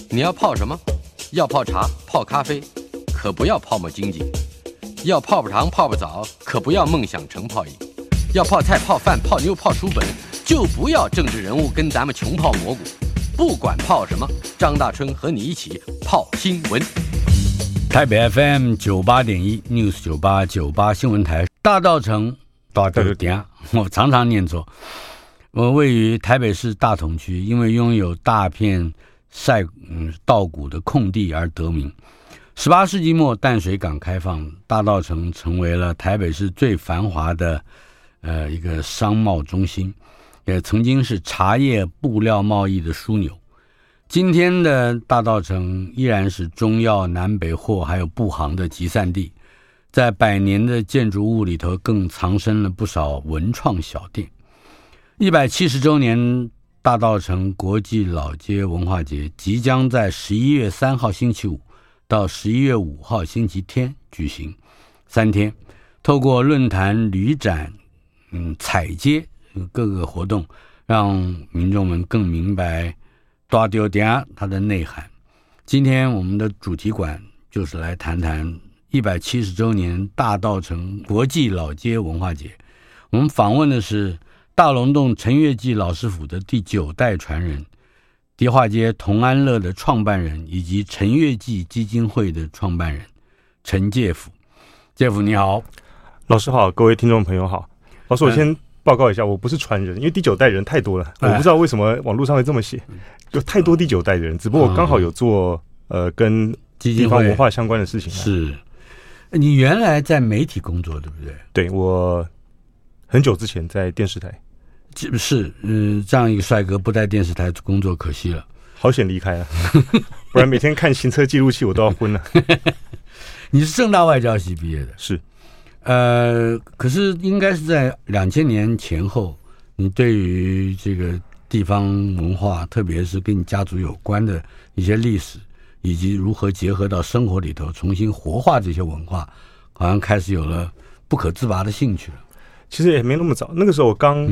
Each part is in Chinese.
你要泡什么？要泡茶、泡咖啡，可不要泡沫经济；要泡泡糖、泡泡澡，可不要梦想成泡影；要泡菜、泡饭、泡妞、泡书本，就不要政治人物跟咱们穷泡蘑菇。不管泡什么，张大春和你一起泡新闻。 台北 FM 98.1 News 98新闻台，大稻埕我常常念错。我位于台北市大同区，因为拥有大片稻谷的空地而得名。18世纪末淡水港开放，大稻埕成为了台北市最繁华的一个商贸中心，也曾经是茶叶布料贸易的枢纽。今天的大稻埕依然是中药南北货还有布行的集散地，在百年的建筑物里头更藏身了不少文创小店。170周年大稻埕国际老街文化节即将在11月3号星期五到11月5号星期天举行，3天，透过论坛、旅展、踩街各个活动，让民众们更明白大稻埕它的内涵。今天我们的主题馆就是来谈谈170周年大稻埕国际老街文化节。我们访问的是大龙洞陈月记老师傅的第9代传人，迪化街同安乐的创办人，以及陈月记基金会的创办人陈介甫。介甫你好。 老师好，各位听众朋友好。老师，我先报告一下，我不是传人，因为第9代人太多了，我不知道为什么网络上会这么写，有太多第9代的人，只不过我刚好有做跟地方文化相关的事情。 是，你原来在媒体工作对不对？ 对，我很久之前在电视台。 是，这样一个帅哥不在电视台工作可惜了， 好险离开了，不然每天看行车记录器我都要昏了。 你是政大外交系毕业的？ 是。 可是应该是在2000年前后，你对于这个地方文化，特别是跟你家族有关的一些历史，以及如何结合到生活里头，重新活化这些文化，好像开始有了不可自拔的兴趣了。 其实也没那么早，那个时候我刚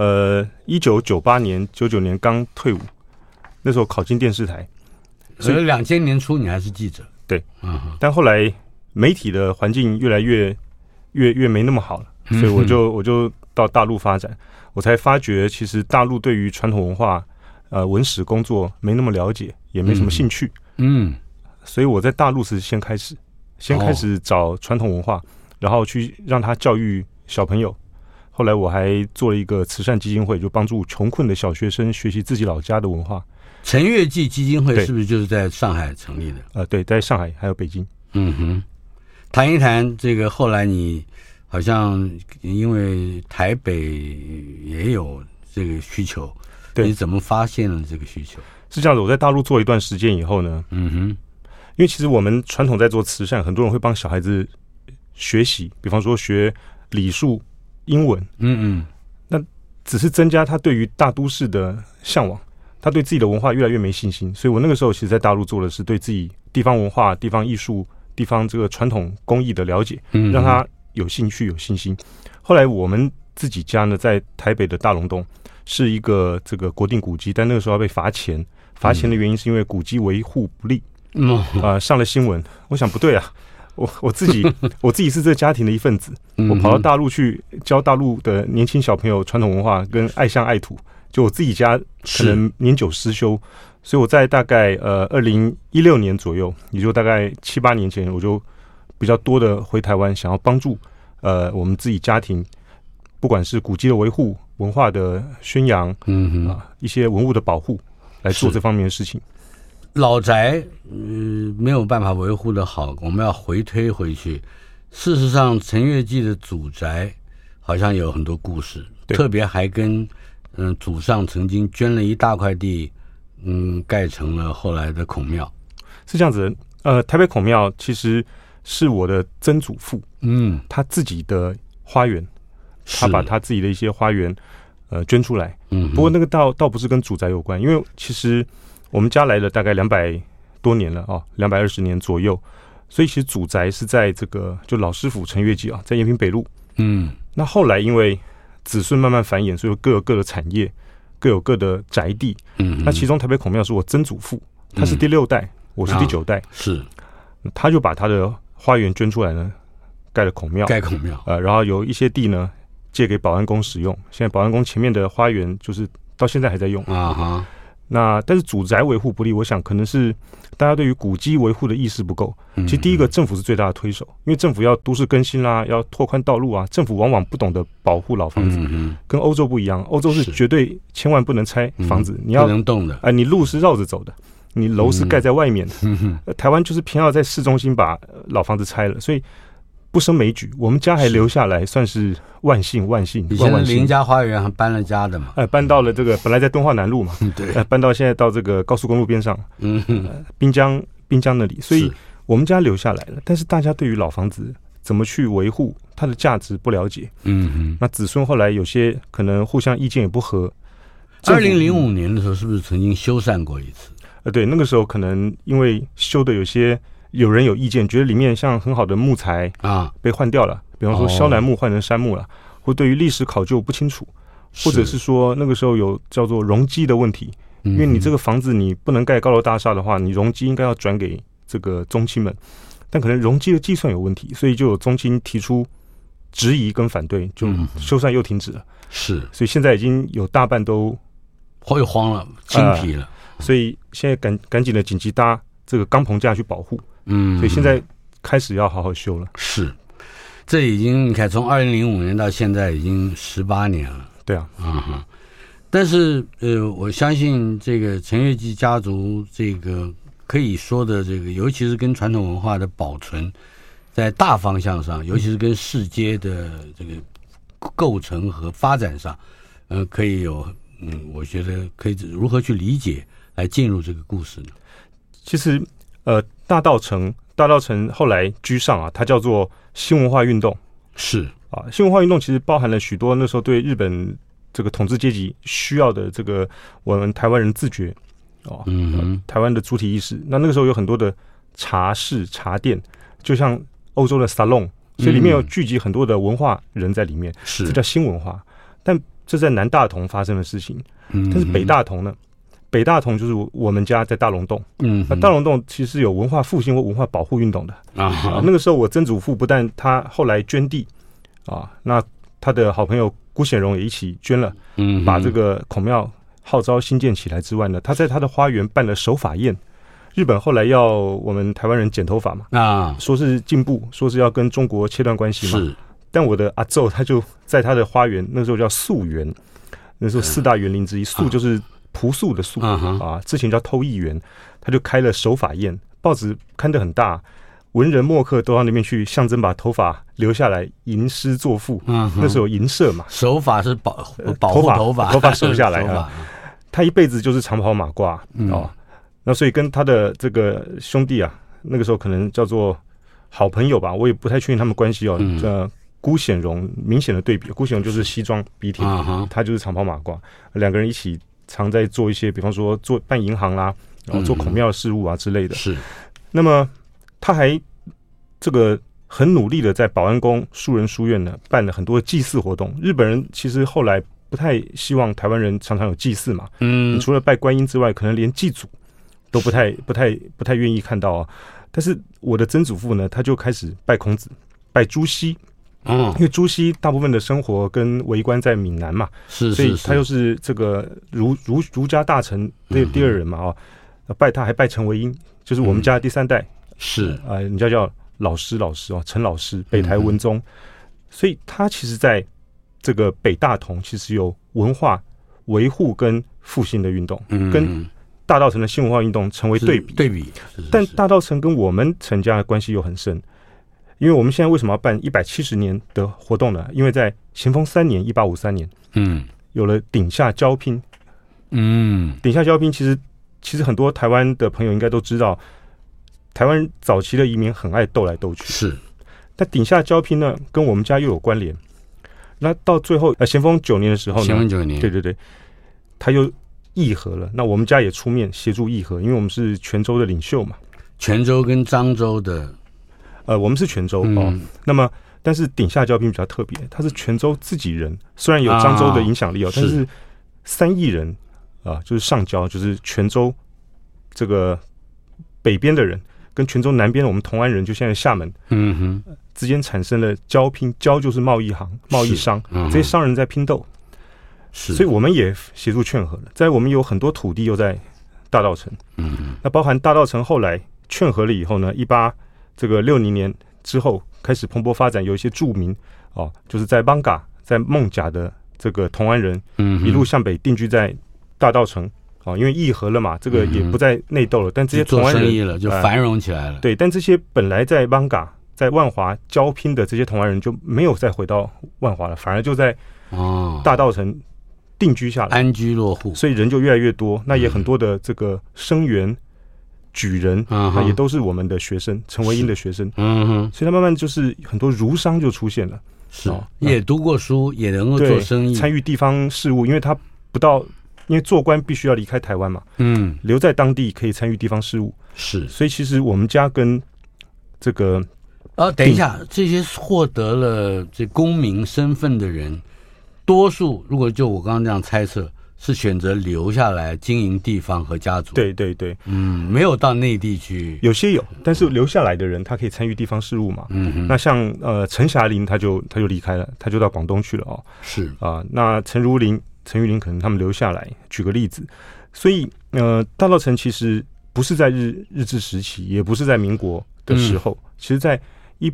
1998年、99年刚退伍，那时候考进电视台， 所以2000年初你还是记者。 对，但后来媒体的环境越来越没那么好了，所以我就到大陆发展，我才发觉其实大陆对于传统文化文史工作没那么了解，也没什么兴趣。所以我在大陆是先开始找传统文化，然后去让他教育小朋友。后来我还做了一个慈善基金会，就帮助穷困的小学生学习自己老家的文化。 陈月记基金会是不是就是在上海成立的？ 对，在上海还有北京。 谈一谈这个，后来你好像因为台北也有这个需求，你怎么发现了这个需求？ 是这样子，我在大陆做一段时间以后呢，因为其实我们传统在做慈善，很多人会帮小孩子学习，比方说学礼数、英文，那只是增加他对于大都市的向往，他对自己的文化越来越没信心。所以我那个时候其实在大陆做的是对自己地方文化、地方艺术、地方这个传统工艺的了解，让他有兴趣、有信心。后来我们自己家呢，在台北的大龙洞是一个这个国定古迹，但那个时候要被罚钱。罚钱的原因是因为古迹维护不力，上了新闻。我想不对啊，我自己是这个家庭的一份子，我跑到大陆去教大陆的年轻小朋友传统文化跟爱乡爱土，就我自己家可能年久失修，所以我在大概2016年左右，也就大概7、8年前，我就比较多的回台湾，想要帮助我们自己家庭，不管是古迹的维护、文化的宣扬，一些文物的保护，来做这方面的事情。 老宅没有办法维护的好，我们要回推回去。事实上，陈月记的祖宅好像有很多故事，特别还跟祖上曾经捐了一大块地，盖成了后来的孔庙。 是这样子，台北孔庙其实是我的曾祖父，他自己的花园，他把他自己的一些花园捐出来。不过那个倒不是跟祖宅有关，因为其实我们家来了大概200多年了，220年左右，所以其实祖宅是在这个就老师傅陈月记在延平北路。那后来因为子孙慢慢繁衍，所以各有各的产业，各有各的宅地。那其中台北孔庙是我曾祖父他是第6代，我是第9代， 是， 他就把他的花园捐出来呢，盖了孔庙，然后有一些地呢借给保安宫使用，现在保安宫前面的花园就是到现在还在用啊哈。那但是祖宅维护不力，我想可能是大家对于古迹维护的意识不够。其实第一个，政府是最大的推手，因为政府要都市更新啦，要拓宽道路啊，政府往往不懂得保护老房子，跟欧洲不一样，欧洲是绝对千万不能拆房子，你要不能动的， 你路是绕着走的，你楼是盖在外面的。台湾就是偏要在市中心把老房子拆了，所以不胜枚举。我们家还留下来，算是万幸。 以前邻家花园还搬了家的嘛？ 搬到了这个本来在敦化南路嘛， 对， 搬到现在到这个高速公路边上，滨江那里，所以我们家留下来了。但是大家对于老房子怎么去维护它的价值不了解，那子孙后来有些可能互相意见也不合。 2005年的时候，是不是曾经修缮过一次？ 对，那个时候可能因为修的有人有意见，觉得里面像很好的木材啊被换掉了，比方说萧楠木换成杉木了，或对于历史考究不清楚，或者是说那个时候有叫做容积的问题，因为你这个房子你不能盖高楼大厦的话，你容积应该要转给这个宗亲们，但可能容积的计算有问题，所以就有宗亲提出质疑跟反对，就修缮又停止了。 是， 所以现在已经有大半都会慌了，精疲了， 所以现在赶紧的紧急搭这个钢棚架去保护。所以现在开始要好好修了。 是，这已经你看从2005年到现在已经18年了。 对啊， 但是我相信这个陈月记家族这个可以说的这个，尤其是跟传统文化的保存，在大方向上，尤其是跟市街的这个构成和发展上，可以有我觉得可以如何去理解来进入这个故事呢？ 其实大稻埕后来居上啊，它叫做新文化运动。 是啊，新文化运动其实包含了许多那时候对日本这个统治阶级需要的这个我们台湾人自觉台湾的主体意识。那个时候有很多的茶室茶店，就像欧洲的 salon， 所以里面有聚集很多的文化人在里面，这叫新文化。但这在南大同发生的事情，但是北大同呢？北大同就是我们家在大龙洞，那大龙洞其实有文化复兴或文化保护运动的那个时候我曾祖父不但他后来捐地那他的好朋友辜显荣也一起捐了，把这个孔庙号召新建起来之外呢，他在他的花园办了守法宴。日本后来要我们台湾人剪头发嘛，说是进步，说是要跟中国切断关系嘛。是，但我的阿祖他就在他的花园，那时候叫素园，那时候4大园林之一，素就是朴素的素之前叫偷艺园，他就开了守法宴，报纸刊得很大，文人墨客都到那边去，象征把头发留下来吟诗作赋。那时候有吟社嘛， 守法是保护头发守下来他一辈子就是长袍马褂那所以跟他的这个兄弟那个时候可能叫做好朋友吧，我也不太确定他们关系辜显荣明显的对比，辜显荣就是西装笔挺，他就是长袍马褂，两个人一起常在做一些，比方说办银行啦，然后做孔庙的事务之类的。是，那么他还这个很努力的在保安宫树人书院呢办了很多祭祀活动。日本人其实后来不太希望台湾人常常有祭祀嘛，你除了拜观音之外，可能连祭祖都不太愿意看到但是我的曾祖父呢，他就开始拜孔子，拜朱熹。因为朱熹大部分的生活跟为官在闽南嘛，所以他又是这个儒家大臣的第二人嘛拜他还拜陈为英，就是我们家的第3代，是人家叫老师陈老师，北台文宗，所以他其实在这个北大同其实有文化维护跟复兴的运动，跟大稻埕的新文化运动成为对比，但大稻埕跟我们陈家的关系又很深。因为我们现在为什么要办170年的活动呢？因为在咸丰3年1853年，有了顶下交拼。顶下交拼其实很多台湾的朋友应该都知道，台湾早期的移民很爱斗来斗去。是，但顶下交拼呢，跟我们家又有关联。那到最后，咸丰9年的时候呢， 咸丰9年， 对，他又议和了。那我们家也出面协助议和，因为我们是泉州的领袖嘛。 泉州跟漳州的。 我们是泉州那么但是顶下交拼比较特别，他是泉州自己人，虽然有漳州的影响力但是3亿人就是上交，就是泉州这个北边的人跟泉州南边的我们同安人，就现在厦门，之间产生了交拼，交就是贸易行、贸易商，这些商人在拼斗，所以我们也协助劝和了。在我们有很多土地又在大稻埕，那包含大稻埕后来劝和了以后呢，1860年之后开始蓬勃发展，有一些著名就是在邦嘎、在孟甲的这个同安人，一路向北定居在大稻埕。因为议和了嘛，这个也不再内斗了，但这些同安人做生意了，就繁荣起来了。 对，但这些本来在邦嘎、在万华交拼的这些同安人就没有再回到万华了，反而就在大稻埕定居下来， 安居落户， 所以人就越来越多。那也很多的这个生员、举人，那也都是我们的学生，陈维英的学生。所以他慢慢就是很多儒商就出现了， 也读过书，也能够做生意， 参与地方事务，因为他因为做官必须要离开台湾嘛，留在当地可以参与地方事务，所以其实我们家跟这个等一下，这些获得了这公民身份的人，多数如果就我刚刚这样猜测，是选择留下来经营地方和家族。 对对对， 没有到内地去， 有些有，但是留下来的人他可以参与地方事务嘛。那像陈霞林他就离开了，他就到广东去了那陈玉林可能他们留下来，举个例子。所以大稻埕其实不是在日治时期，也不是在民国的时候，其实在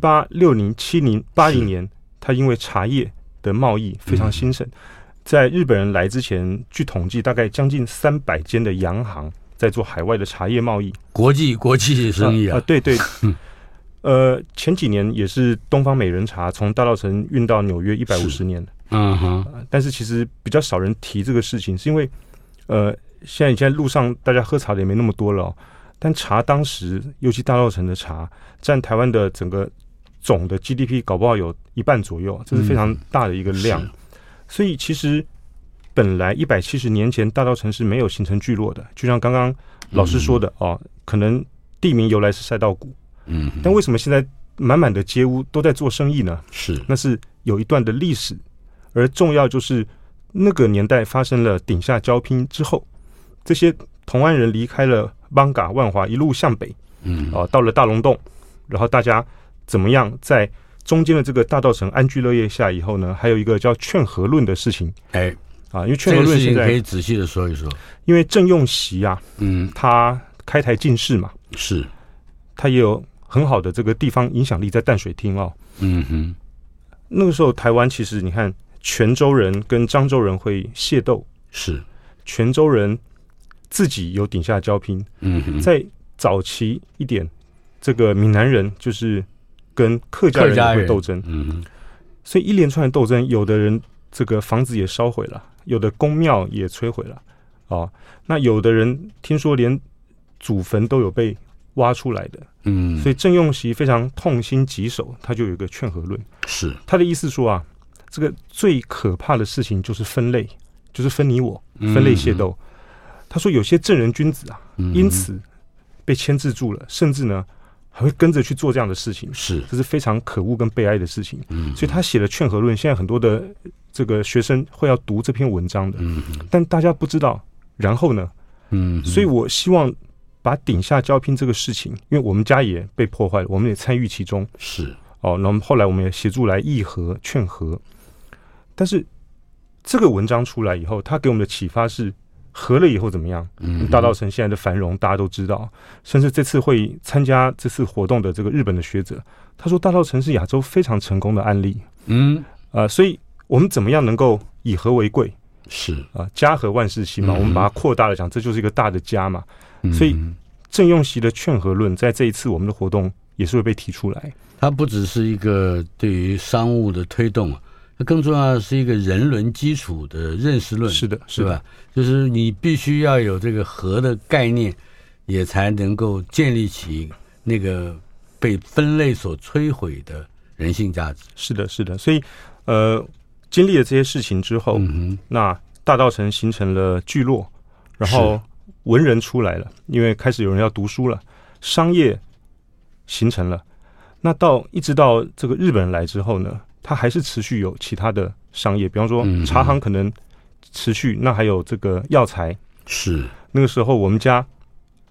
1860、70、80年，它因为茶叶的贸易非常兴盛，在日本人来之前，据统计大概将近300间的洋行在做海外的茶叶贸易，国际生意对对。前几年也是东方美人茶从大稻埕运到纽约150年但是其实比较少人提这个事情，是因为现在路上大家喝茶的也没那么多了但茶当时尤其大稻埕的茶占台湾的整个总的 GDP 搞不好有1半左右，这是非常大的一个量。所以其实本来170年前大稻埕是没有形成聚落的，就像刚刚老师说的可能地名由来是赛稻谷，但为什么现在满满的街屋都在做生意呢？那是有一段的历史，而重要就是那个年代发生了顶下交拼之后，这些同安人离开了邦嘎、万华，一路向北，到了大龙洞，然后大家怎么样在中间的这个大稻埕安居乐业下以后呢，还有一个叫劝和论的事情。因为劝和论现在可以仔细的说一说。 因为郑用锡他开台进士嘛，他也有很好的这个地方影响力在淡水厅那个时候台湾其实你看泉州人跟漳州人会械斗，泉州人自己有顶下交拼，在早期一点，这个闽南人就是跟客家人会斗争，所以一连串的斗争，有的人这个房子也烧毁了，有的公庙也摧毁了那有的人听说连祖坟都有被挖出来的，所以郑用锡非常痛心疾首，他就有一个劝和论，他的意思说这个最可怕的事情就是分类，就是分你我，分类械斗。他说有些正人君子因此被牵制住了，甚至呢还会跟着去做这样的事情，这是非常可恶跟悲哀的事情。所以他写了劝和论，现在很多的这个学生会要读这篇文章的，但大家不知道然后呢，所以我希望把顶下交拼这个事情，因为我们家也被破坏了，我们也参与其中，那么后来我们也协助来议和劝和，但是这个文章出来以后，他给我们的启发是和了以后怎么样？大稻埕现在的繁荣大家都知道，甚至这次会参加这次活动的这个日本的学者，他说大稻埕是亚洲非常成功的案例。所以我们怎么样能够以和为贵？家和万事兴嘛，我们把它扩大了讲，这就是一个大的家嘛。所以郑用锡的劝和论在这一次我们的活动也是会被提出来。 它不只是一个对于商务的推动更重要的是一个人伦基础的认识论， 是的， 吧？就是你必须要有这个和的概念，也才能够建立起那个被分类所摧毁的人性价值。 是的，所以经历了这些事情之后，那大稻埕形成了聚落，然后文人出来了，因为开始有人要读书了，商业形成了。那一直到这个日本人来之后呢，它还是持续有其他的商业，比方说茶行可能持续，那还有这个药材。 是那个时候我们家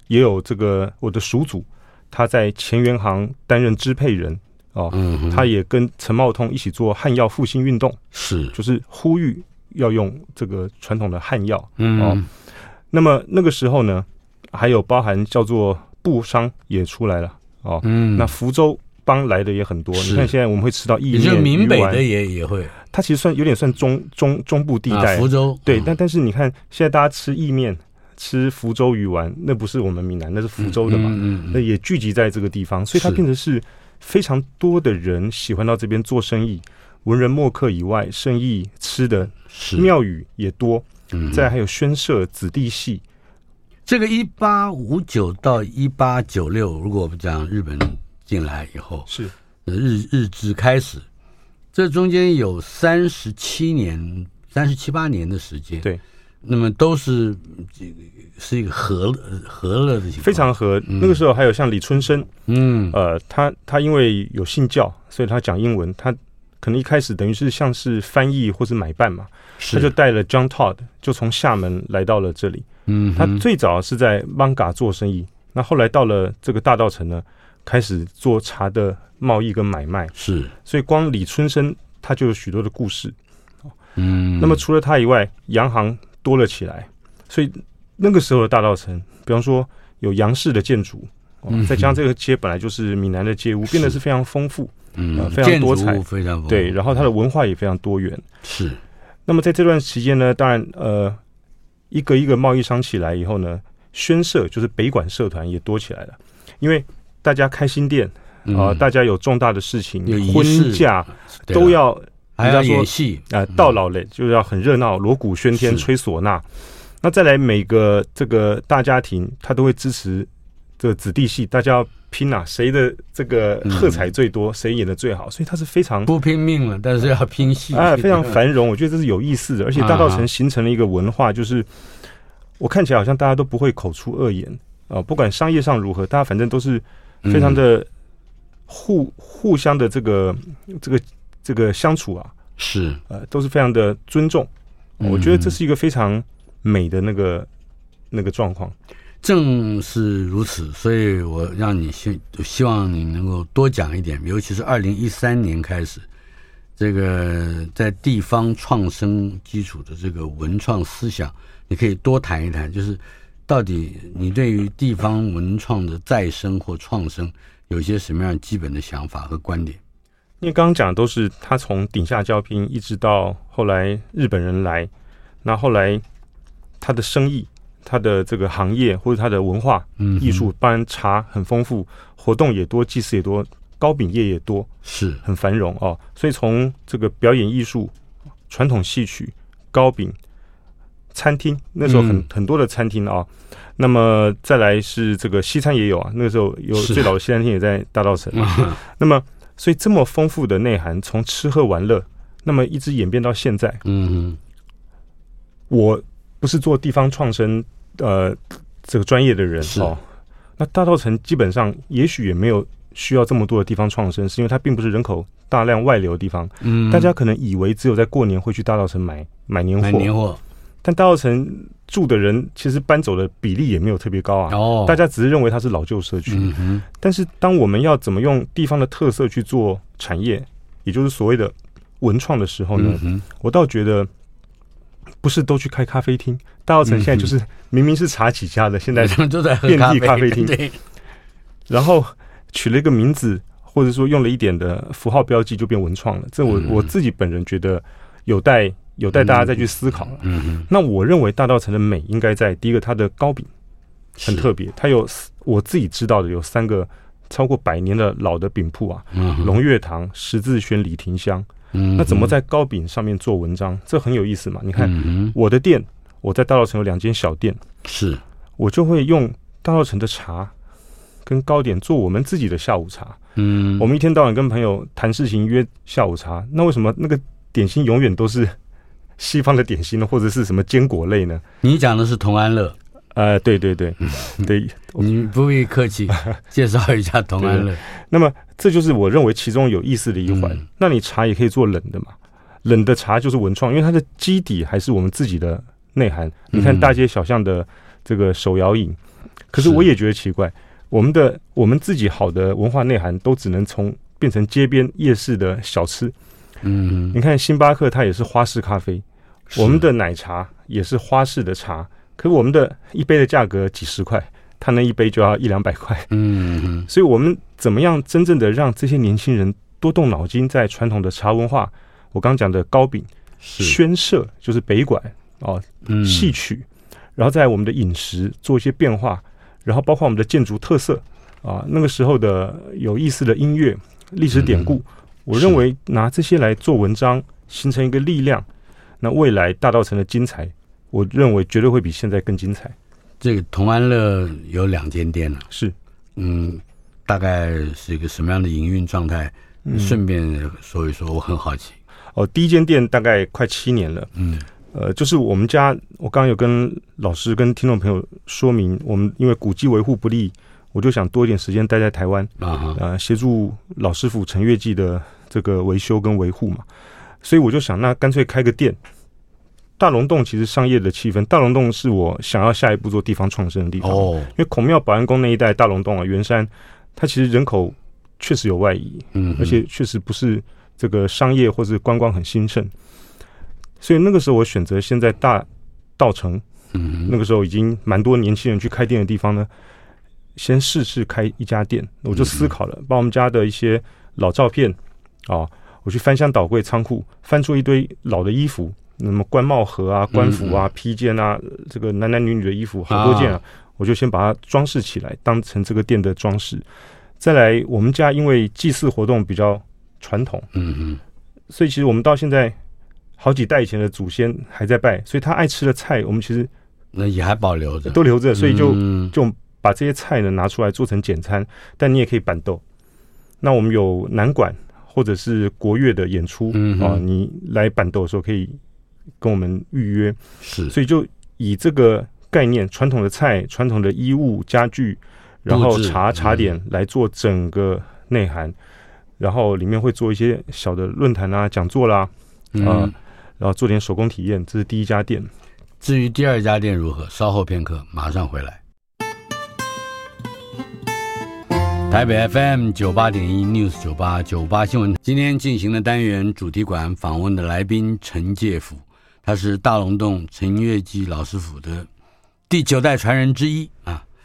也有这个我的叔祖，他在前元行担任支配人哦，他也跟陈茂通一起做汉药复兴运动， 是就是呼吁要用这个传统的汉药哦。那么那个时候呢，还有包含叫做布商也出来了哦。那福州帮来的也很多，你看现在我们会吃到意面， 也就闽北的也会， 它其实有点算中部地带， 福州对，但是你看现在大家吃意面。吃福州鱼丸，那不是我们闽南，那是福州的嘛？那也聚集在这个地方，所以它变成是非常多的人喜欢到这边做生意，文人墨客以外，生意吃的庙宇也多，再还有宣社子弟戏。 这个1859到1896，如果我们讲日本进来以后， 是日治开始，这中间有37年、37-38年的时间， 对。 那么都是一个和乐的情况， 非常和。那个时候还有像李春生，他因为有信教，所以他讲英文，他可能一开始等于是像是翻译或是买办嘛，他就带了 John Todd， 就从厦门来到了这里。他最早是在艋舺做生意，那后来到了这个大稻埕呢，开始做茶的贸易跟买卖。是，所以光李春生他就有许多的故事。那么除了他以外，洋行多了起来，所以那个时候的大稻埕，比方说有洋式的建筑，再加上这个街本来就是闽南的街屋，变得是非常丰富，非常多彩， 非常丰富， 对，然后它的文化也非常多元。 是。 那么在这段期间呢，当然一个一个贸易商起来以后呢，宣社就是北管社团也多起来了，因为大家开新店大家有重大的事情，婚嫁都要。 还要演戏到老嘞，就是要很热闹，锣鼓喧天，吹唢呐。那再来每个这个大家庭，他都会支持这个子弟戏，大家要拼谁的这个喝彩最多，谁演的最好，所以他是非常不拼命了，但是要拼戏非常繁荣。我觉得这是有意思的，而且大稻埕形成了一个文化，就是我看起来好像大家都不会口出恶言不管商业上如何，大家反正都是非常的互相的这个相处是都是非常的尊重，我觉得这是一个非常美的那个状况。 正是如此，所以我让你希望你能够多讲一点，尤其是2013年开始，这个在地方创生基础的这个文创思想，你可以多谈一谈，就是到底你对于地方文创的再生或创生有些什么样基本的想法和观点？ 因为刚刚讲的都是他从顶下交拼一直到后来日本人来，那后来他的生意、他的这个行业或者他的文化艺术，当然茶很丰富，活动也多，祭祀也多，糕饼业也多， 是很繁荣所以从这个表演艺术、传统戏曲、糕饼、餐厅，那时候很多的餐厅那么再来是这个西餐也有那个时候有最老的西餐厅也在大稻埕。那么所以这么丰富的内涵，从吃喝玩乐，那么一直演变到现在。我不是做地方创生这个专业的人那大稻埕基本上也许也没有需要这么多的地方创生，是因为它并不是人口大量外流的地方。大家可能以为只有在过年会去大稻埕买年货，但大稻埕住的人其实搬走的比例也没有特别高大家只是认为它是老旧社区。但是当我们要怎么用地方的特色去做产业，也就是所谓的文创的时候呢，我倒觉得不是都去开咖啡厅。大稻埕现在就是明明是茶起家的，现在都在遍地咖啡厅，然后取了一个名字，或者说用了一点的符号标记就变文创了。这我自己本人觉得有待大家再去思考了。那我认为大稻埕的美应该在第一个，它的糕饼很特别，它有我自己知道的有3个超过100年的老的饼铺龙月堂、十字轩、李廷香。那怎么在糕饼上面做文章，这很有意思嘛。你看我的店，我在大稻埕有2间小店， 是我就会用大稻埕的茶跟糕点做我们自己的下午茶。我们一天到晚跟朋友谈事情约下午茶，那为什么那个点心永远都是西方的点心呢，或者是什么坚果类呢？ 你讲的是同安乐。 对， 你不必客气，介绍一下同安乐。 那么这就是我认为其中有意思的一环。那你茶也可以做冷的嘛，冷的茶就是文创，因为它的基底还是我们自己的内涵。你看大街小巷的这个手摇饮， 可是我也觉得奇怪，我们自己好的文化内涵都只能变成街边夜市的小吃。你看星巴克它也是花式咖啡，我们的奶茶也是花式的茶，可是我们的一杯的价格几十块，他那一杯就要100-200块。所以我们怎么样真正的让这些年轻人多动脑筋，在传统的茶文化，我刚讲的糕饼、宣社就是北管戏曲，然后在我们的饮食做一些变化，然后包括我们的建筑特色那个时候的有意思的音乐、历史典故，我认为拿这些来做文章，形成一个力量，那未来大稻埕的精彩，我认为绝对会比现在更精彩。 这个同安乐有2间店了， 是， 大概是一个什么样的营运状态？顺便说一说，我很好奇。 第一间店大概快7年了，就是我们家，我刚刚有跟老师跟听众朋友说明，我们因为古迹维护不力，我就想多一点时间待在台湾，协助老师傅陈月记的这个维修跟维护嘛，所以我就想，那干脆开个店。大龙洞其实商业的气氛，大龙洞是我想要下一步做地方创生的地方。因为孔庙保安宫那一带，大龙洞圆山，它其实人口确实有外移，而且确实不是这个商业或是观光很兴盛，所以那个时候我选择现在大稻埕，那个时候已经蛮多年轻人去开店的地方呢，先试试开一家店。我就思考了，把我们家的一些老照片我去翻箱倒柜仓库，翻出一堆老的衣服。那么官帽盒啊、官服啊、披肩啊，这个男男女女的衣服好多件我就先把它装饰起来，当成这个店的装饰。再来，我们家因为祭祀活动比较传统，所以其实我们到现在好几代以前的祖先还在拜，所以他爱吃的菜，我们其实那也还保留着， 都留着，所以就把这些菜呢拿出来做成简餐，但你也可以板豆。那我们有南管或者是国乐的演出你来板豆的时候可以跟我们预约，所以就以这个概念，传统的菜、传统的衣物、家具，然后茶点来做整个内涵，然后里面会做一些小的论坛啊、讲座啦，然后做点手工体验。这是第一家店。 至于第2家店如何，稍后片刻马上回来。台北 FM 98.1 News 98新闻，今天进行的单元主题馆访问的来宾陈介甫，他是大龙洞陈月记老师傅的第9代传人之一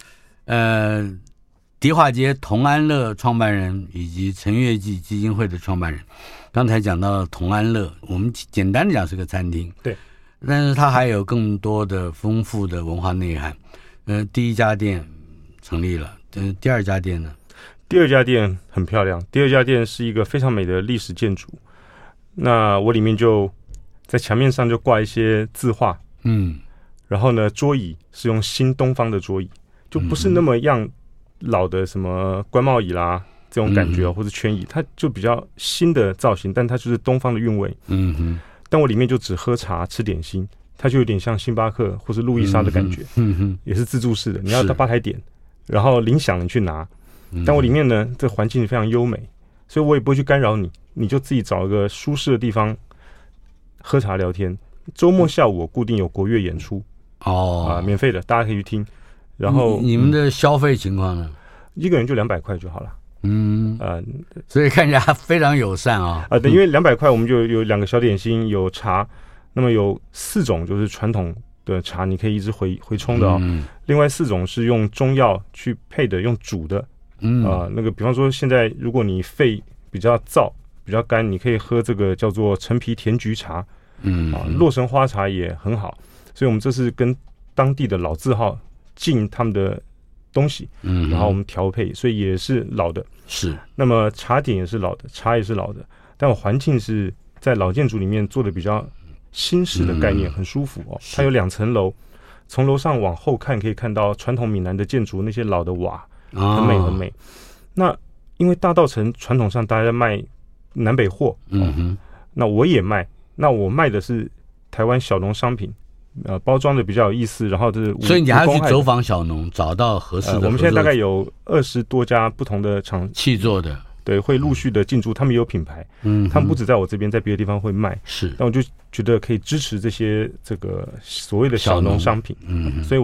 迪化街同安乐创办人以及陈月记基金会的创办人。刚才讲到同安乐，我们简单的讲是个餐厅， 对， 但是它还有更多的丰富的文化内涵。第1家店成立了，第2家店呢？ 第2家店很漂亮，第2家店是一个非常美的历史建筑。那我里面就在墙面上就挂一些字画，然后呢，桌椅是用新东方的桌椅，就不是那么样老的什么官帽椅啦这种感觉或者圈椅，它就比较新的造型，但它就是东方的韵味。但我里面就只喝茶吃点心，它就有点像星巴克或是路易莎的感觉，也是自助式的，你要到吧台点，然后铃响你去拿。但我里面呢，这环境非常优美，所以我也不会去干扰你，你就自己找一个舒适的地方喝茶聊天。周末下午我固定有国乐演出免费的，大家可以去听。然后你们的消费情况呢？ 一个人就200块就好了。 所以看起来非常友善因为200块我们就有2个小点心，有茶，那么有4种就是传统的茶，你可以一直回冲的另外4种是用中药去配的，用煮的。那个比方说现在如果你肺比较燥比较干，你可以喝这个叫做陈皮甜菊茶，洛神花茶也很好。所以我们这是跟当地的老字号进他们的东西，然后我们调配，所以也是老的。 是。那么茶点也是老的，茶也是老的，但我环境是在老建筑里面做的比较新式的概念，很舒服它有2层楼，从楼上往后看可以看到传统闽南的建筑，那些老的瓦。很美很美。那因为大稻埕传统上大家在卖南北货，那我也卖，那我卖的是台湾小农商品，包装的比较有意思，然后所以你还要去走访小农，找到合适的我们现在大概有20多家不同的厂契作的， 对，会陆续的进驻，他们也有品牌，他们不止在我这边，在别的地方会卖， 是。 那我就觉得可以支持这些这个所谓的小农商品，所以我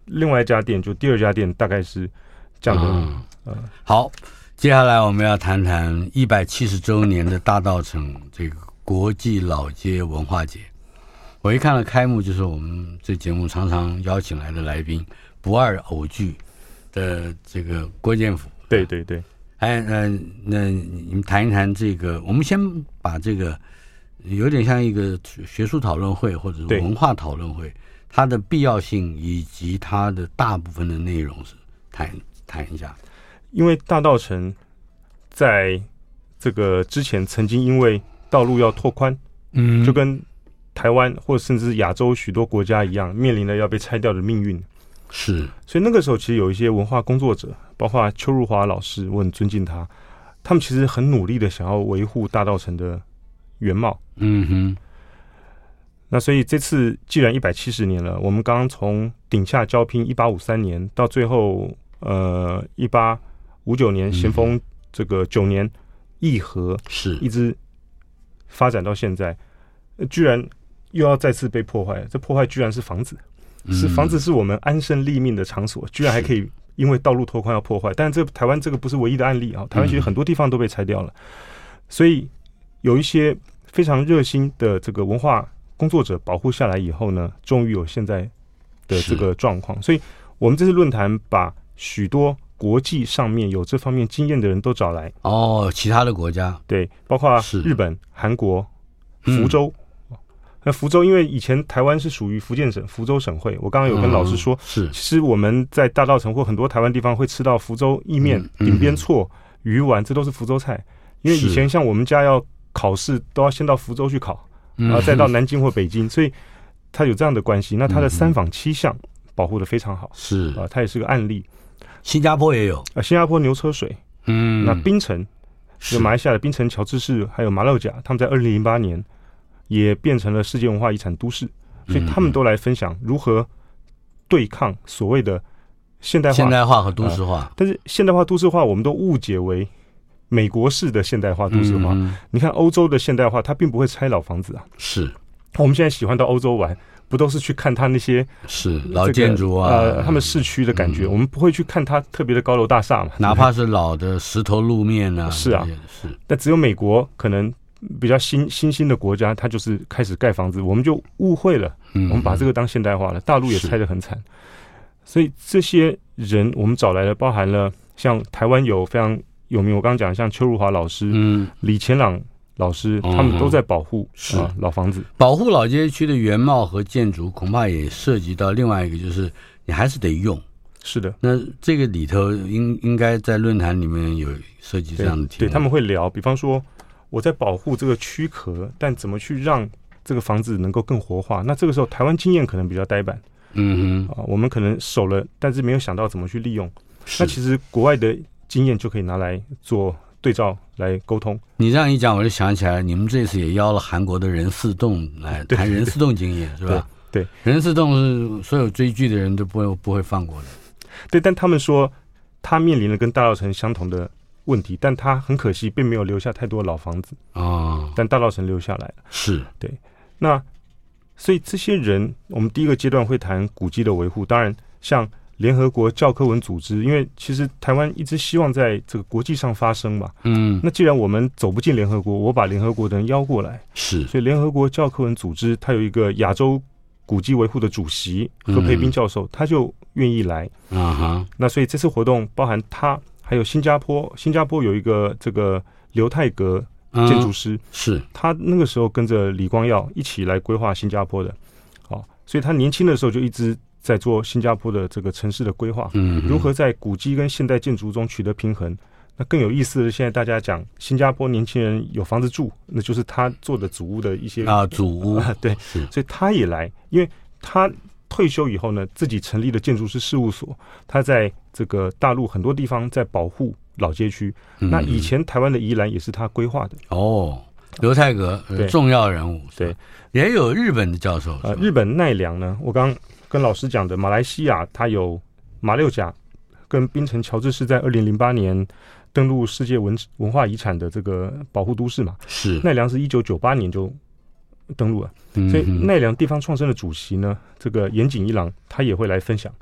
另外一家店，就第二家店大概是这样的。 好，接下来我们要谈谈170周年的大稻埕这个国际老街文化节。我一看了开幕，就是我们这节目常常邀请来的来宾不二偶剧的这个郭建甫。 对对对。 那你们谈一谈这个，我们先把这个有点像一个学术讨论会或者是文化讨论会，它的必要性以及它的大部分的内容是谈一下。 因为大稻埕在这个之前曾经因为道路要拓宽，就跟台湾或甚至亚洲许多国家一样，面临了要被拆掉的命运。 是， 所以那个时候其实有一些文化工作者，包括邱如华老师，我很尊敬他，他们其实很努力的想要维护大稻埕的原貌。那所以这次既然170年了，我们刚刚从顶下交拼1853年到最后1859年咸丰这个9年议和， 是一直发展到现在，居然又要再次被破坏。这破坏居然是房子。房子是我们安身立命的场所，居然还可以因为道路拓宽要破坏。但是台湾这个不是唯一的案例啊，台湾其实很多地方都被拆掉了。所以有一些非常热心的这个文化工作者保护下来以后呢，终于有现在的这个状况。所以我们这次论坛把许多国际上面有这方面经验的人都找来。 其他的国家， 对，包括日本、韩国、福州。那福州因为以前台湾是属于福建省福州省会，我刚刚有跟老师说，其实我们在大稻埕或很多台湾地方会吃到福州意面、顶边错、鱼丸，这都是福州菜。因为以前像我们家要考试都要先到福州去考，然后再到南京或北京，所以它有这样的关系。那它的3坊7巷保护的非常好， 是它也是个案例。 新加坡也有新加坡牛车水，那槟城就马来西亚的槟城乔治市还有马六甲，他们在2008年也变成了世界文化遗产都市，所以他们都来分享如何对抗所谓的现代化和都市化。 但是现代化都市化我们都误解为美国式的现代化都市化。你看欧洲的现代化，它并不会拆老房子啊。 是， 我们现在喜欢到欧洲玩，不都是去看它那些老建筑啊， 他们市区的感觉，我们不会去看它特别的高楼大厦嘛， 哪怕是老的石头路面啊。 是啊，但只有美国可能比较新兴的国家，它就是开始盖房子，我们就误会了，我们把这个当现代化了。大陆也拆得很惨，所以这些人我们找来了，包含了像台湾有非常有名，我刚刚讲像邱如华老师、李乾朗老师，他们都在保护老房子， 保护老街区的原貌和建筑，恐怕也涉及到另外一个，就是你还是得用。 是的， 那这个里头应该在论坛里面有涉及这样的题目。 对，他们会聊，比方说我在保护这个躯壳，但怎么去让这个房子能够更活化？那这个时候台湾经验可能比较呆板，我们可能守了，但是没有想到怎么去利用。那其实国外的经验就可以拿来做对照来沟通。 你这样一讲，我就想起来，你们这次也邀了韩国的任四栋来谈任四栋经验，是吧？ 对， 任四栋是所有追剧的人都不会放过的。 对，但他们说他面临了跟大稻埕相同的问题，但他很可惜并没有留下太多老房子但大稻埕留下来了。 是， 对。那所以这些人，我们第一个阶段会谈古迹的维护。当然，像联合国教科文组织，因为其实台湾一直希望在这个国际上发声嘛。那既然我们走不进联合国，我把联合国的人邀过来。 是， 所以联合国教科文组织它有一个亚洲古迹维护的主席何培斌教授，他就愿意来。那所以这次活动包含他，还有新加坡有一个这个刘泰阁建筑师， 是他那个时候跟着李光耀一起来规划新加坡的。所以他年轻的时候就一直在做新加坡的这个城市的规划，如何在古迹跟现代建筑中取得平衡。那更有意思的，现在大家讲新加坡年轻人有房子住，那就是他做的祖屋的一些祖屋对，所以他也来，因为他退休以后呢，自己成立了建筑师事务所，他在这个大陆很多地方在保护老街区。那以前台湾的宜兰也是他规划的。 刘泰阁重要人物。 对， 也有日本的教授。 日本奈良呢，我刚跟老师讲的，马来西亚它有马六甲跟槟城乔治市在2008年登陆世界文化遗产的这个保护都市嘛。 是， 奈良是1998年就登陆了，所以奈良地方创生的主席呢，这个岩井一郎他也会来分享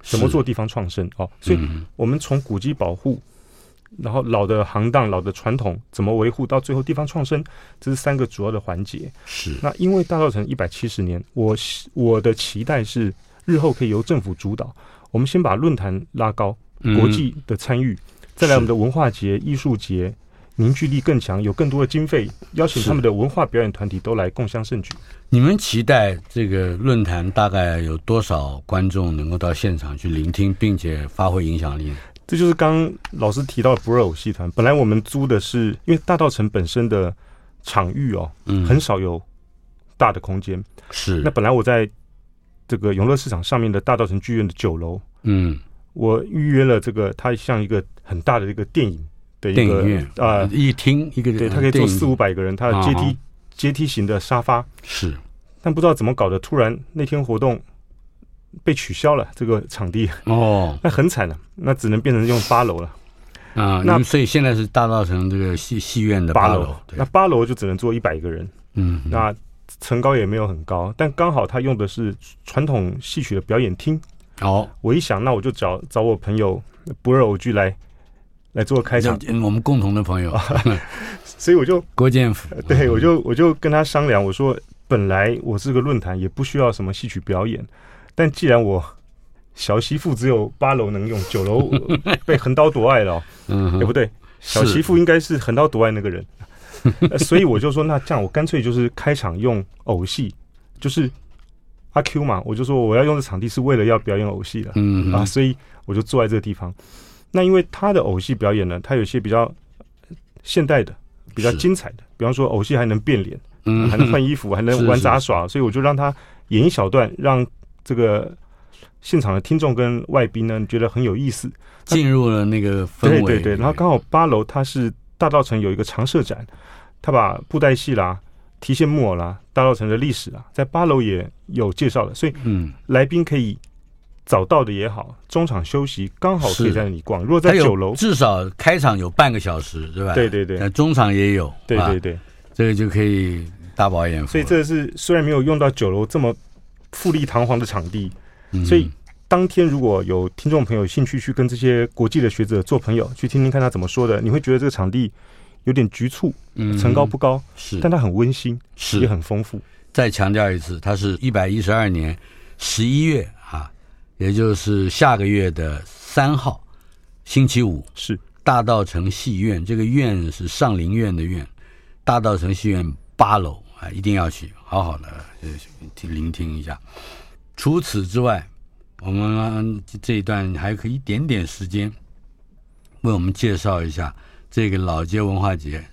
怎么做地方创生哦。所以我们从古迹保护，然后老的行当、老的传统怎么维护，到最后地方创生，这是3个主要的环节。 是。 那因为大稻埕170年，我的期待是日后可以由政府主导，我们先把论坛拉高，国际的参与，再来我们的文化节、艺术节凝聚力更强，有更多的经费，邀请他们的文化表演团体都来共襄盛举。 你们期待这个论坛大概有多少观众能够到现场去聆听，并且发挥影响力呢？ 这就是刚刚老师提到的不二偶戏团。本来我们租的是，因为大稻埕本身的场域很少有大的空间。 是。 那本来我在这个永乐市场上面的大稻埕剧院的9楼，我预约了这个，它像一个很大的一个电影的一个电影院一厅一个， 对，它可以坐400-500个人，它的阶梯型的沙发。 是。 但不知道怎么搞的，突然那天活动被取消了，这个场地那很惨了，那只能变成用8楼了那所以现在是大稻埕这个戏院的8楼， 那8楼就只能坐100个人，那层高也没有很高，但刚好他用的是传统戏曲的表演厅。我一想，那我就找我朋友不二偶剧来做开场， 我们共同的朋友所以我就郭建甫， 对，我就跟他商量，我说本来我是个论坛，也不需要什么戏曲表演，但既然我小媳妇只有8楼能用，9楼被横刀夺爱了也不对，小媳妇应该是横刀夺爱那个人所以我就说，那这样我干脆就是开场用偶戏，就是阿 Q 嘛，我就说我要用的场地是为了要表演偶戏的，所以我就坐在这个地方。那因为他的偶戏表演呢，他有些比较现代的、比较精彩的，比方说偶戏还能变脸，还能换衣服，还能玩杂耍，所以我就让他演一小段，让这个现场的听众跟外宾呢觉得很有意思， 进入了那个氛围。 对，然后刚好8楼它是大稻埕有一个常设展，他把布袋戏啦、提线木偶啦、大稻埕的历史啦，在8楼也有介绍了，所以来宾可以早到的也好，中场休息刚好可以在那里逛。如果在9楼， 至少开场有半个小时，对吧？ 对， 中场也有， 对， 这个就可以大饱眼福。 所以这是虽然没有用到9楼这么富丽堂皇的场地，所以当天如果有听众朋友有兴趣去跟这些国际的学者做朋友，去听听看他怎么说的，你会觉得这个场地有点局促，层高不高，但它很温馨，也很丰富。 再强调一次，它是112年11月也就是下个月的3号星期五， 是大稻埕戏院，这个院是上林苑的院，大稻埕戏院8楼一定要去好好的聆听一下。除此之外，我们这一段还可以一点点时间为我们介绍一下这个老街文化节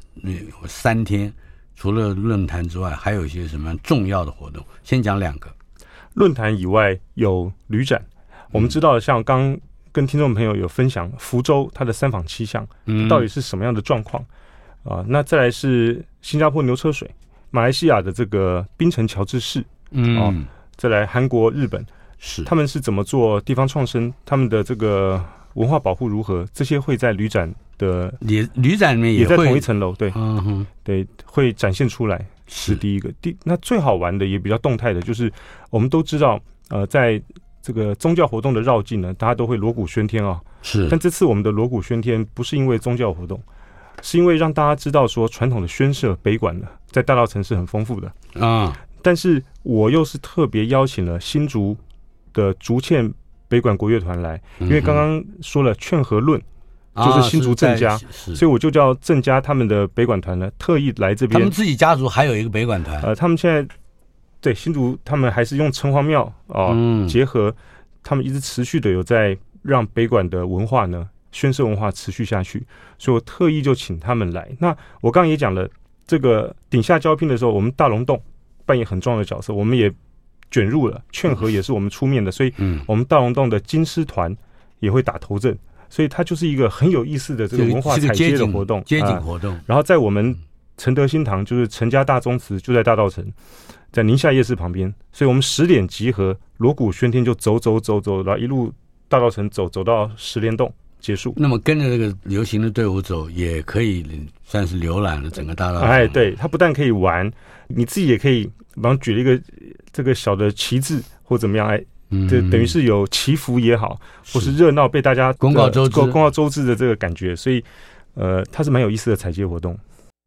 3天，除了论坛之外还有一些什么重要的活动。先讲2个。 论坛以外有旅展，我们知道像刚跟听众朋友有分享福州它的3坊7巷到底是什么样的状况那再来是新加坡牛车水，马来西亚的这个槟城乔治市再来韩国日本，他们是怎么做地方创生，他们的这个文化保护如何，这些会在旅展的旅展里面也在同一层楼，对，对，会展现出来，是第一个。那最好玩的也比较动态的，就是我们都知道，在这个宗教活动的绕境呢，大家都会锣鼓喧天是。 但这次我们的锣鼓喧天不是因为宗教活动，是因为让大家知道说传统的宣社北管呢，在大稻埕是很丰富的但是我又是特别邀请了新竹的竹堑北管国乐团来，因为刚刚说了劝和论。就是新竹郑家，所以我就叫郑家他们的北管团呢，特意来这边。 他们自己家族还有一个北管团， 他们现在对新竹，他们还是用城隍庙结合，他们一直持续的有在让北管的文化呢，宣社文化持续下去，所以我特意就请他们来。那我刚刚也讲了，这个顶下交聘的时候，我们大龙洞扮演很重要的角色，我们也卷入了，劝和也是我们出面的，所以我们大龙洞的金狮团也会打头阵。所以它就是一个很有意思的这个文化采接的活动， 街景活动。 然后在我们承德新堂，就是陈家大宗祠就在大稻埕，在宁夏夜市旁边，所以我们10点集合，锣鼓喧天就走，然后一路大稻埕走到石莲洞结束。那么跟着这个游行的队伍走，也可以算是浏览了整个大稻埕。 对，它不但可以玩，你自己也可以，比方举了一个这个小的旗帜或怎么样， 这等于是有祈福也好，或是热闹被大家公告周知的这个感觉，所以它是蛮有意思的踩街活动。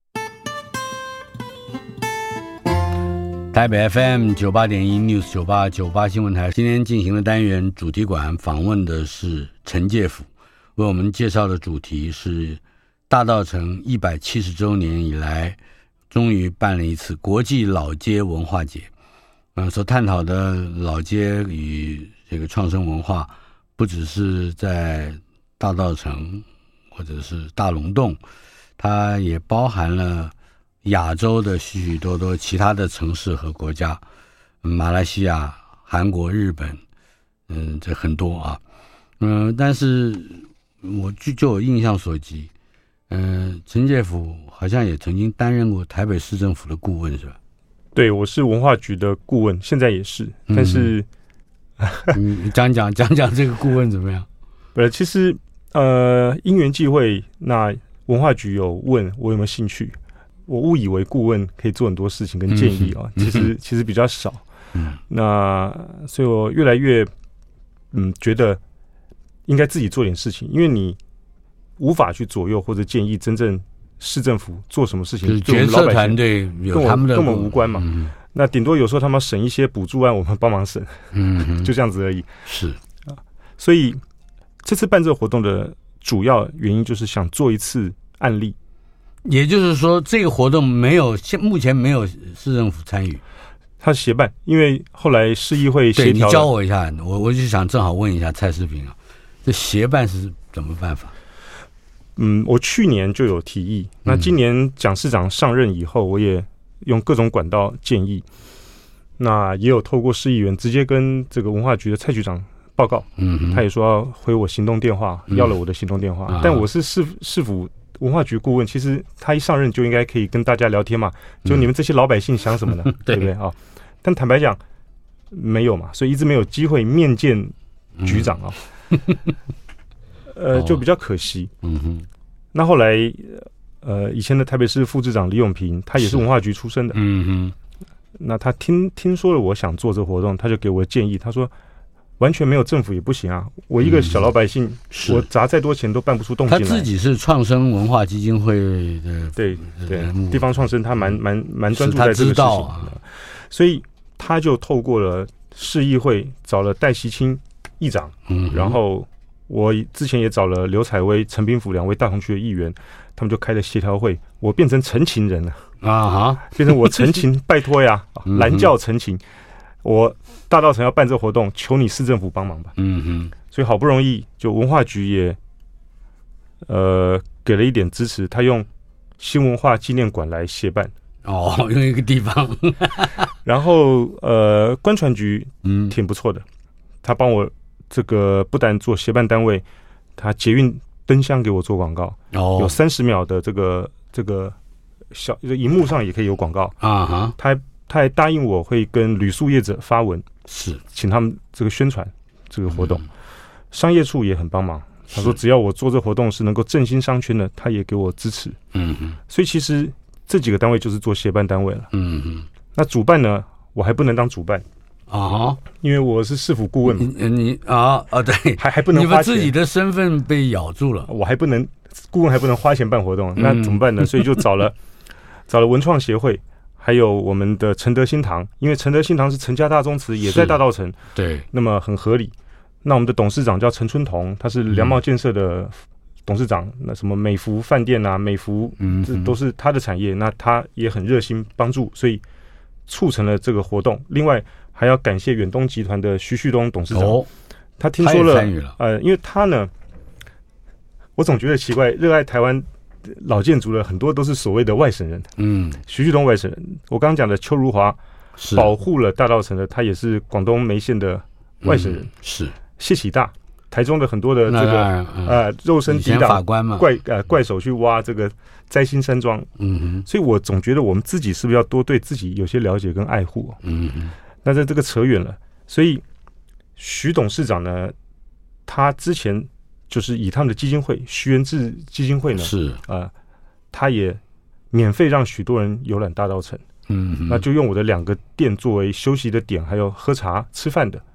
台北 FM 98.1 News 98新闻台今天进行的单元主题馆访问的是陈介甫，为我们介绍的主题是大稻埕170周年以来终于办了一次国际老街文化节。所探讨的老街与这个创生文化不只是在大稻埕或者是大龙洞，它也包含了亚洲的许许多多其他的城市和国家，马来西亚、韩国、日本，这很多啊。但是就我印象所及，陈介甫好像也曾经担任过台北市政府的顾问，是吧？ 对，我是文化局的顾问，现在也是，但是， 你讲讲这个顾问怎么样？ 其实因缘际会，那文化局有问我有没有兴趣，我误以为顾问可以做很多事情跟建议啊，其实比较少。那所以我越来越觉得应该自己做点事情，因为你无法去左右或者建议真正市政府做什么事情， 就是决策团队有他们的跟我们无关嘛。那顶多有时候他们省一些补助案，我们帮忙省，就这样子而已。是啊，所以这次办这个活动的主要原因就是想做一次案例。 也就是说，这个活动目前没有市政府参与， 他协办，因为后来市议会协调。 对，你教我一下，我就想正好问一下蔡世平啊，这协办是怎么办法？ 我去年就有提议，那今年蒋市长上任以后，我也用各种管道建议，那也有透过市议员直接跟这个文化局的蔡局长报告，他也说要回我行动电话，要了我的行动电话，但我是市府文化局顾问，其实他一上任就应该可以跟大家聊天嘛，就你们这些老百姓想什么呢？对不对啊？但坦白讲没有嘛，所以一直没有机会面见局长啊。就比较可惜。那后来以前的台北市副市长李永平，他也是文化局出身的。那他听说了我想做这个活动，他就给我建议，他说完全没有政府也不行啊，我一个小老百姓，我砸再多钱都办不出动静来。 他自己是创生文化基金会的， 对，地方创生，他蛮专注在这个事情所以他就透过了市议会找了戴锡清议长，然后我之前也找了刘采薇、陈炳甫两位大同区的议员，他们就开了协调会，我变成陈情人了变成我陈情，拜托呀，蓝教陈情，我大稻埕要办这个活动，求你市政府帮忙吧。所以好不容易就文化局也给了一点支持，他用新文化纪念馆来协办。 用一个地方。 然后观传局挺不错的，他帮我这个不但做协办单位，他捷运灯箱给我做广告，有30秒的这个小荧幕上也可以有广告他还答应我会跟旅宿业者发文，是请他们这个宣传这个活动。商业处也很帮忙，他说只要我做这活动是能够振兴商圈的，他也给我支持。所以其实这几个单位就是做协办单位了。那主办呢，我还不能当主办因为我是市府顾问嘛。 你对， 还不能花钱， 你们自己的身份被咬住了， 我还不能顾问还不能花钱办活动，那怎么办呢？所以就找了文创协会，还有我们的承德新堂，因为承德新堂是陈家大宗祠，也在大稻埕，对，那么很合理。那我们的董事长叫陈春彤，他是良茂建设的董事长，那什么美福饭店啊、美福，这都是他的产业，那他也很热心帮助，所以促成了这个活动。另外还要感谢远东集团的徐旭东董事长，他听说了，因为他呢，我总觉得奇怪，热爱台湾老建筑的很多都是所谓的外省人，徐旭东外省人，我刚刚讲的邱如华保护了大稻埕的，他也是广东梅县的外省人，是谢启大，台中的很多的这个肉身抵挡怪手去挖这个摘星山庄，所以我总觉得我们自己是不是要多对自己有些了解跟爱护？那在这个扯远了，所以徐董事长呢，他之前就是以他们的基金会徐元志基金会呢，他也免费让许多人游览大稻埕，那就用我的2个店作为休息的点，还有喝茶吃饭的。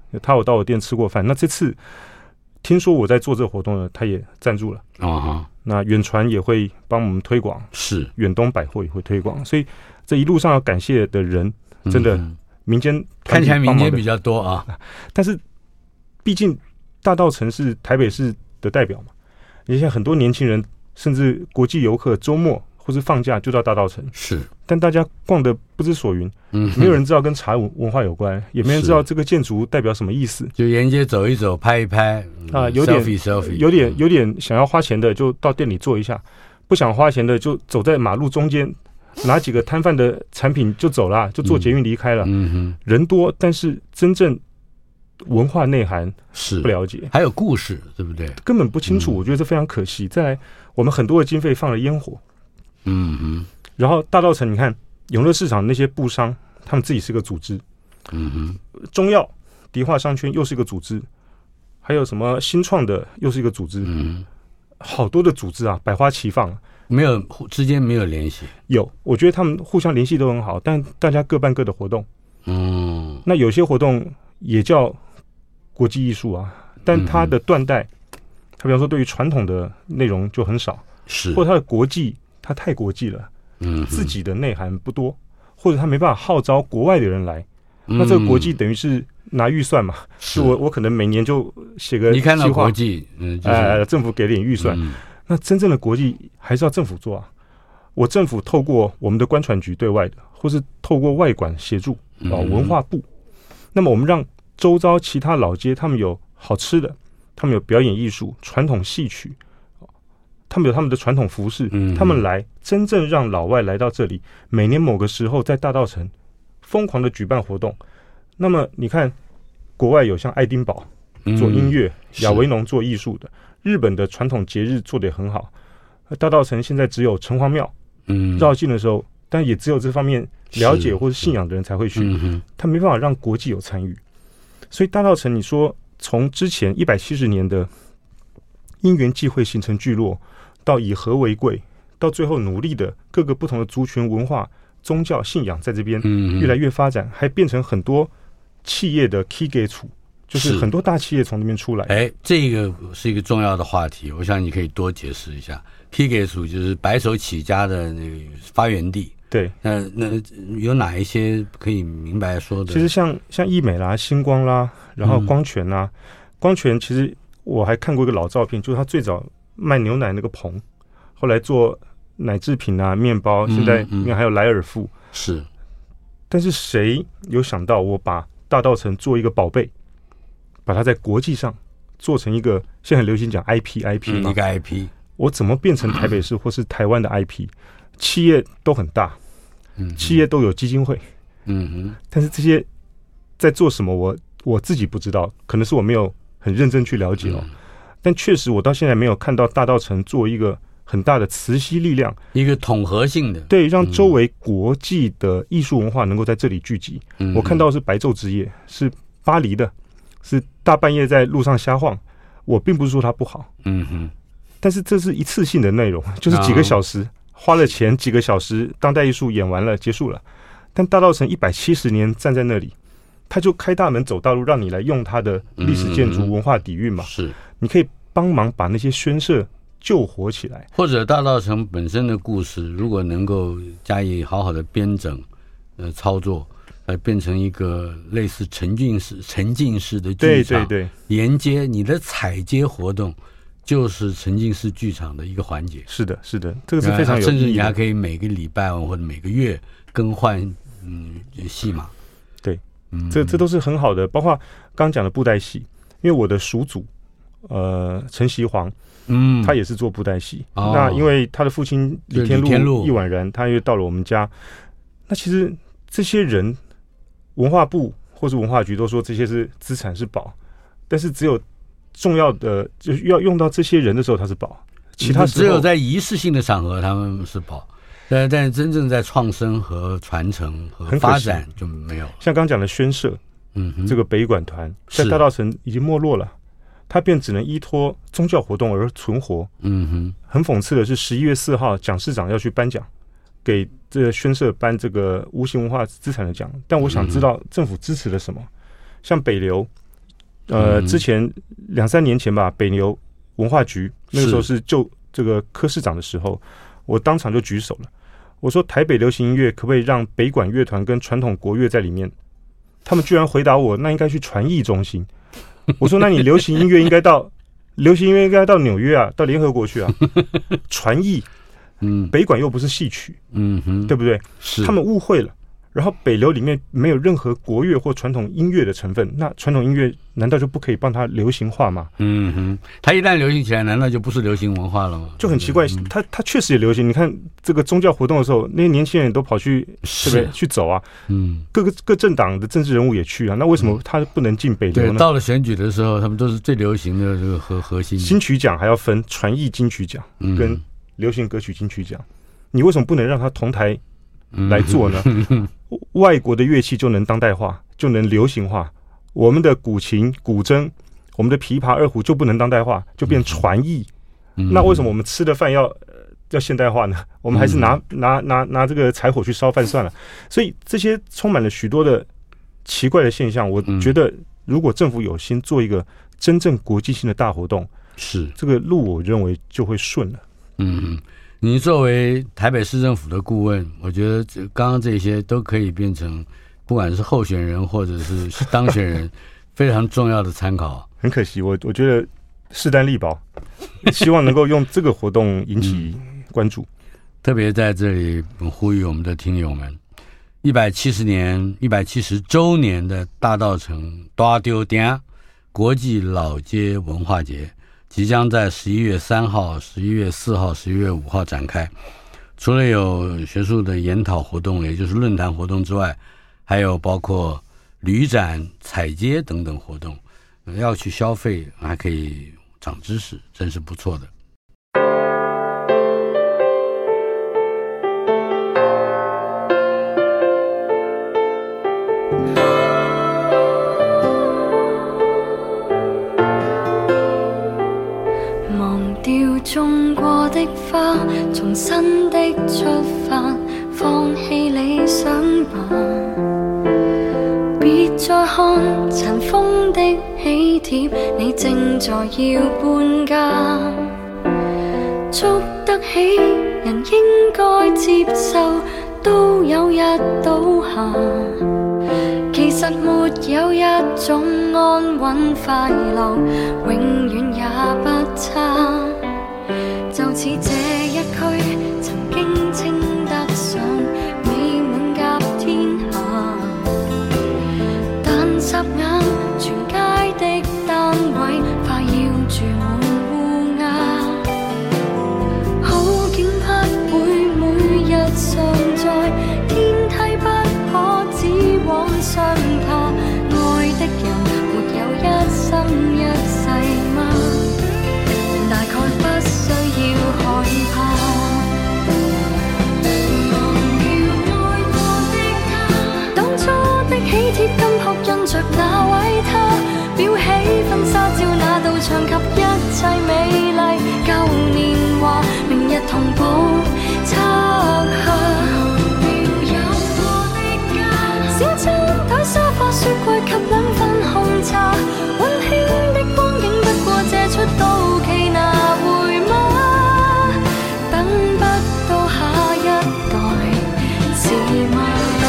他有到我店吃过饭。那这次听说我在做这个活动呢，他也赞助了那远传也会帮我们推广， 是远东百货也会推广，所以这一路上要感谢的人，真的民间看起来民间比较多啊， 但是毕竟大稻埕是台北市的代表嘛，你像很多年轻人甚至国际游客周末或是放假就到大稻埕， 是， 但大家逛得不知所云，没有人知道跟茶文化有关，也没人知道这个建筑代表什么意思， 就沿街走一走，拍一拍有点 selfie 有点想要花钱的就到店里坐一下，不想花钱的就走在马路中间，拿几个摊贩的产品就走了，就坐捷运离开了。人多，但是真正文化内涵是不了解， 还有故事，对不对？ 根本不清楚，我觉得这非常可惜。再来，我们很多的经费放了烟火，然后大稻埕，你看永乐市场那些布商，他们自己是个组织，中药迪化商圈又是一个组织，还有什么新创的又是一个组织，好多的组织啊，百花齐放， 没有之间没有联系。 有，我觉得他们互相联系都很好，但大家各办各的活动。那有些活动也叫国际艺术啊，但它的断代，它比方说对于传统的内容就很少， 是， 或者它的国际它太国际了，自己的内涵不多，或者它没办法号召国外的人来，那这个国际等于是拿预算嘛，是我可能每年就写个你看到国际， 政府给点预算，那真正的国际还是要政府做啊。我政府透过我们的观传局对外的，或是透过外管协助文化部，那么我们让周遭其他老街他们有好吃的，他们有表演艺术、传统戏曲，他们有他们的传统服饰，他们来真正让老外来到这里，每年某个时候在大稻埕疯狂的举办活动。那么你看，国外有像爱丁堡做音乐，亚维农做艺术的，日本的传统节日做得也很好。大稻埕现在只有城隍庙，绕境的时候，但也只有这方面了解或者信仰的人才会去，他没办法让国际有参与。所以大稻埕，你说从之前170年的因缘际会形成聚落，到以和为贵，到最后努力的各个不同的族群文化、宗教信仰在这边越来越发展，还变成很多企业的 key 给处，就是很多大企业从那边出来。 这个是一个重要的话题，我想你可以多解释一下。key 给处就是白手起家的那个发源地。 对， 那有哪一些可以明白说的？ 其实像义美啦、星光啦，然后光泉啦，光泉其实我还看过一个老照片，就是他最早卖牛奶那个棚，后来做奶制品啊、面包，现在因为还有莱尔富， 是。 但是谁有想到我把大稻埕做一个宝贝，把它在国际上做成一个现在很流行讲 IP 一个 IP， 我怎么变成台北市或是台湾的 IP？ 企业都很大，企业都有基金会，但是这些在做什么我自己不知道，可能是我没有很认真去了解但确实我到现在没有看到大稻埕做一个很大的磁吸力量， 一个统合性的， 对，让周围国际的艺术文化能够在这里聚集。我看到的是白昼之夜，是巴黎的，是大半夜在路上瞎晃。我并不是说它不好，但是这是一次性的内容，就是几个小时，花了钱几个小时，当代艺术演完了结束了。但大稻埕170年站在那里，他就开大门走大路，让你来用它的历史建筑文化底蕴嘛。 是， 你可以帮忙把那些宣社救活起来， 或者大稻埕本身的故事，如果能够加以好好的编整、操作，变成一个类似沉浸式的剧场，对，沿街你的踩街活动就是沉浸式剧场的一个环节。 是的，这个是非常有意义的， 甚至你还可以每个礼拜或者每个月更换戏码。 对，这都是很好的。包括刚讲的布袋戏，因为我的叔祖陈锡煌，他也是做布袋戏。那因为他的父亲李天禄易婉然，他又到了我们家。那其实这些人，文化部或是文化局都说这些是资产是宝，但是只有重要的就是要用到这些人的时候，他是宝。其他时候只有在仪式性的场合他们是宝，但真正在创生和传承和发展就没有。 像刚讲的宣社，这个北管团在大稻埕已经没落了，他便只能依托宗教活动而存活。很讽刺的是11月4号蒋市长要去颁奖，给这个宣社颁这个无形文化资产的奖，但我想知道政府支持了什么。像北流之前2-3年前吧，北流文化局那个时候是就这个柯市长的时候，我当场就举手了。我说台北流行音乐可不可以让北管乐团跟传统国乐在里面？他们居然回答我，那应该去传艺中心。我说那你流行音乐应该到纽约啊，到联合国去啊，传艺，北管又不是戏曲，对不对？是他们误会了。然后北流里面没有任何国乐或传统音乐的成分，那传统音乐难道就不可以帮它流行化吗？ 它一旦流行起来，难道就不是流行文化了吗？ 就很奇怪，它确实也流行。你看这个宗教活动的时候，那些年轻人都跑去对不对去走啊？各政党的政治人物也去啊。那为什么他不能进北流呢？ 对，到了选举的时候，他们都是最流行的这个核心。 金曲奖还要分传艺金曲奖跟流行歌曲金曲奖，你为什么不能让它同台来做呢？外国的乐器就能当代化，就能流行化，我们的古琴、古筝、我们的琵琶、二胡就不能当代化，就变传艺。那为什么我们吃的饭要现代化呢？我们还是拿这个柴火去烧饭算了。所以这些充满了许多的奇怪的现象，我觉得如果政府有心做一个真正国际性的大活动， 是这个路我认为就会顺了。 你作为台北市政府的顾问，我觉得刚刚这些都可以变成不管是候选人或者是当选人非常重要的参考。 很可惜，我觉得势单力薄，希望能够用这个活动引起关注。 特别在这里呼吁我们的听友们，170周年的大稻埕大丢店国际老街文化节即将在11月3号、11月4号、11月5号展开。除了有学术的研讨活动，也就是论坛活动之外，还有包括旅展、踩街等等活动。要去消费还可以长知识，真是不错的。 種過的花，重新的出發，放棄理想吧，別再看塵封的喜帖，你正在要搬家，捉得起人應該接受，都有日倒下，其實沒有一種安穩快樂永遠也不差，就似這一區曾經稱得上美滿甲天下，但霎眼全街的單位快要住滿烏鴉，好景不會每日常在，天梯不可只往上爬，愛的人沒有一生一世嗎？大概不需要害怕，忘掉愛過的他，當初的喜帖金箔印着那位他，裱起婚紗照那道牆及一切美麗舊年華，明日同步拆下，忘掉有過的家，小餐台沙發雪櫃及兩份紅茶，溫馨的光景不過借出到期拿回嗎？等不到下一代是嗎？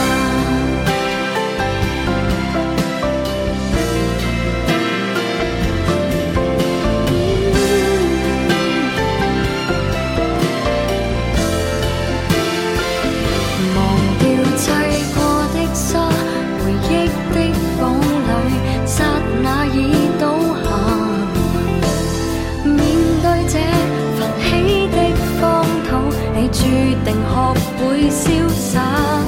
忘掉砌過的沙，回憶的堡壘，剎那已倒下。面對這奮起的荒土，你注定學會瀟灑。